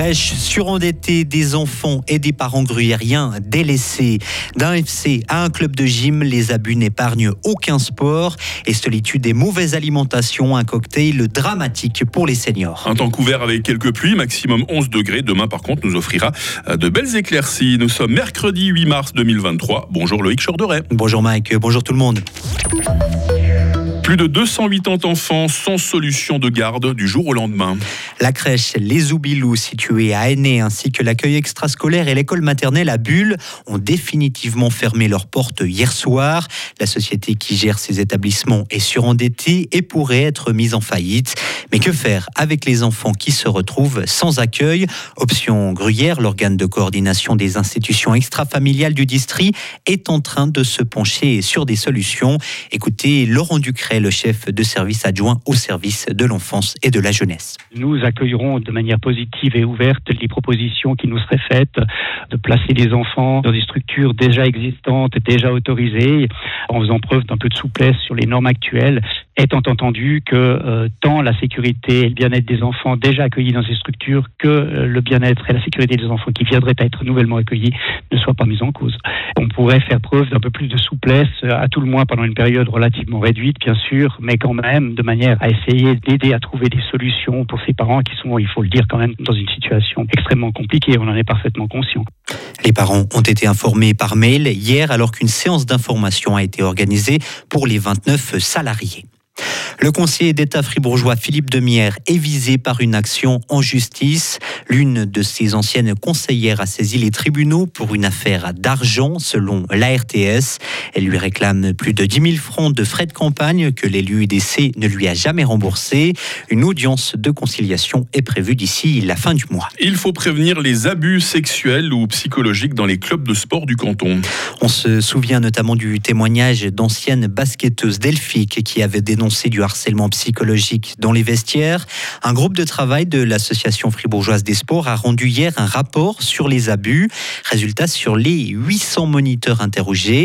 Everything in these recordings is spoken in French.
crèches surendettées, des enfants et des parents gruyériens délaissés. D'un FC à un club de gym, les abus n'épargnent aucun sport et solitude et mauvaise alimentation, un cocktail dramatique pour les seniors. Un temps couvert avec quelques pluies, maximum 11 degrés. Demain, par contre, nous offrira de belles éclaircies. Nous sommes mercredi 8 mars 2023. Bonjour Loïc Chorderet. Bonjour Mike, bonjour tout le monde. Plus de 280 enfants sans solution de garde du jour au lendemain. La crèche Les Oubilous, située à Aîné, ainsi que l'accueil extrascolaire et l'école maternelle à Bulle ont définitivement fermé leurs portes hier soir. La société qui gère ces établissements est surendettée et pourrait être mise en faillite. Mais que faire avec les enfants qui se retrouvent sans accueil ? Option Gruyère, l'organe de coordination des institutions extrafamiliales du district, est en train de se pencher sur des solutions. Écoutez Laurent Ducret, le chef de service adjoint au service de l'enfance et de la jeunesse. Nous accueillerons de manière positive et ouverte les propositions qui nous seraient faites de placer les enfants dans des structures déjà existantes, déjà autorisées, en faisant preuve d'un peu de souplesse sur les normes actuelles, étant entendu que tant la sécurité et le bien-être des enfants déjà accueillis dans ces structures que le bien-être et la sécurité des enfants qui viendraient à être nouvellement accueillis ne soient pas mis en cause. On pourrait faire preuve d'un peu plus de souplesse, à tout le moins pendant une période relativement réduite, bien sûr, mais quand même de manière à essayer d'aider à trouver des solutions pour ces parents qui sont, il faut le dire quand même, dans une situation extrêmement compliquée. On en est parfaitement conscient. Les parents ont été informés par mail hier alors qu'une séance d'information a été organisée pour les 29 salariés. Le conseiller d'État fribourgeois Philippe Demierre est visé par une action en justice. L'une de ses anciennes conseillères a saisi les tribunaux pour une affaire d'argent, selon l'ARTS. Elle lui réclame plus de 10 000 francs de frais de campagne que l'élu UDC ne lui a jamais remboursés. Une audience de conciliation est prévue d'ici la fin du mois. Il faut prévenir les abus sexuels ou psychologiques dans les clubs de sport du canton. On se souvient notamment du témoignage d'anciennes basketteuses delphiques qui avaient dénoncé du harcèlement psychologique dans les vestiaires. Un groupe de travail de l'association fribourgeoise des sports a rendu hier un rapport sur les abus. Résultat, sur les 800 moniteurs interrogés,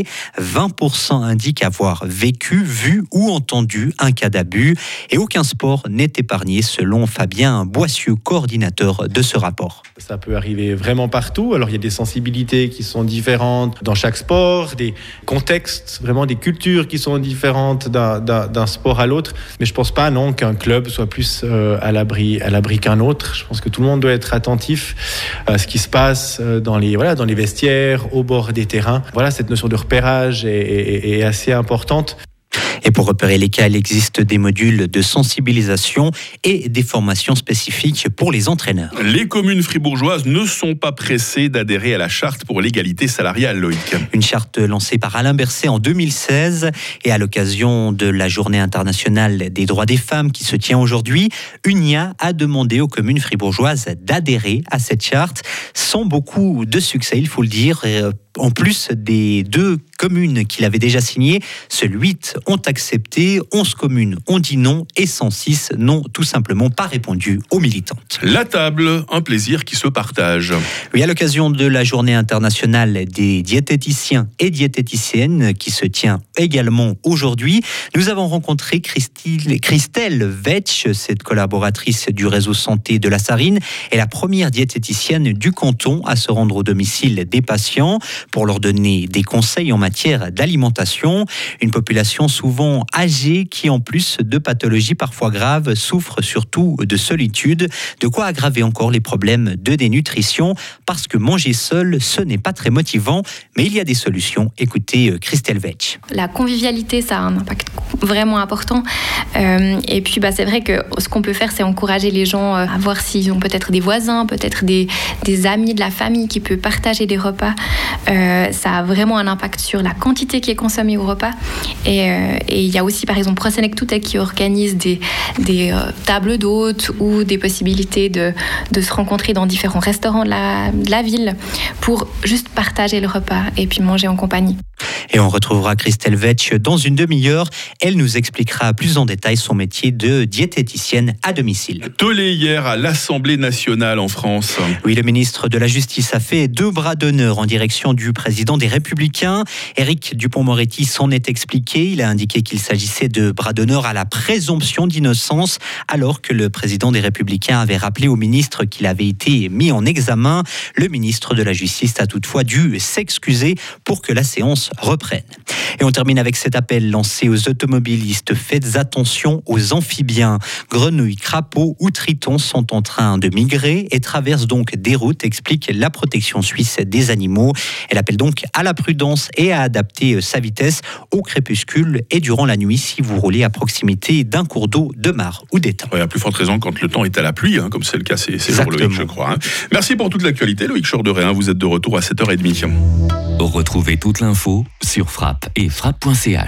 20% indiquent avoir vécu, vu ou entendu un cas d'abus. Et aucun sport n'est épargné, selon Fabien Boissieu, coordinateur de ce rapport. Ça peut arriver vraiment partout. Alors il y a des sensibilités qui sont différentes dans chaque sport, des contextes, vraiment des cultures qui sont différentes d'un sport à l'autre. Mais je ne pense pas qu'un club soit plus à l'abri qu'un autre. Je pense que tout le monde doit être attentif à ce qui se passe dans les vestiaires, au bord des terrains. Voilà, cette notion de repérage est assez importante. Et pour repérer les cas, il existe des modules de sensibilisation et des formations spécifiques pour les entraîneurs. Les communes fribourgeoises ne sont pas pressées d'adhérer à la charte pour l'égalité salariale, Loïc. Une charte lancée par Alain Berset en 2016 et à l'occasion de la Journée internationale des droits des femmes qui se tient aujourd'hui, UNIA a demandé aux communes fribourgeoises d'adhérer à cette charte sans beaucoup de succès, il faut le dire. En plus des 2 communes qui l'avaient déjà signé, seules 8 ont accepté, 11 communes ont dit non et 106 n'ont tout simplement pas répondu aux militantes. La table, un plaisir qui se partage. Oui, à l'occasion de la Journée internationale des diététiciens et diététiciennes qui se tient également aujourd'hui, nous avons rencontré Christelle Vetsch, cette collaboratrice du réseau santé de la Sarine, est la première diététicienne du canton à se rendre au domicile des patients pour leur donner des conseils en matière d'alimentation. Une population souvent âgée qui, en plus de pathologies parfois graves, souffre surtout de solitude. De quoi aggraver encore les problèmes de dénutrition, parce que manger seul, ce n'est pas très motivant, mais il y a des solutions. Écoutez Christelle Vetsch. La convivialité, ça a un impact vraiment important. Et puis, c'est vrai que ce qu'on peut faire, c'est encourager les gens à voir s'ils ont peut-être des voisins, peut-être des amis de la famille qui peuvent partager des repas. Ça a vraiment un impact sur la quantité qui est consommée au repas. Et il y a aussi, par exemple, Prosenectutec qui organise des tables d'hôtes ou des possibilités de se rencontrer dans différents restaurants de la ville pour juste partager le repas et puis manger en compagnie. Et on retrouvera Christelle Vetsch dans une demi-heure. Elle nous expliquera plus en détail son métier de diététicienne à domicile. Tollé hier à l'Assemblée nationale en France. Oui, le ministre de la Justice a fait 2 bras d'honneur en direction du président des Républicains. Éric Dupond-Moretti s'en est expliqué. Il a indiqué qu'il s'agissait de bras d'honneur à la présomption d'innocence, alors que le président des Républicains avait rappelé au ministre qu'il avait été mis en examen. Le ministre de la Justice a toutefois dû s'excuser pour que la séance reprenne. Et on termine avec cet appel lancé aux automobilistes. Faites attention aux amphibiens. Grenouilles, crapauds ou tritons sont en train de migrer et traversent donc des routes, explique la protection suisse des animaux. Elle appelle donc à la prudence et à adapter sa vitesse au crépuscule et durant la nuit si vous roulez à proximité d'un cours d'eau, de mare ou d'étang. Ouais, à plus forte raison quand le temps est à la pluie, comme c'est le cas ces jours, Loïc, je crois. Merci pour toute l'actualité, Loïc Chorderet. Vous êtes de retour à 7h30. Retrouvez toute l'info sur Frappe et frappe.ch.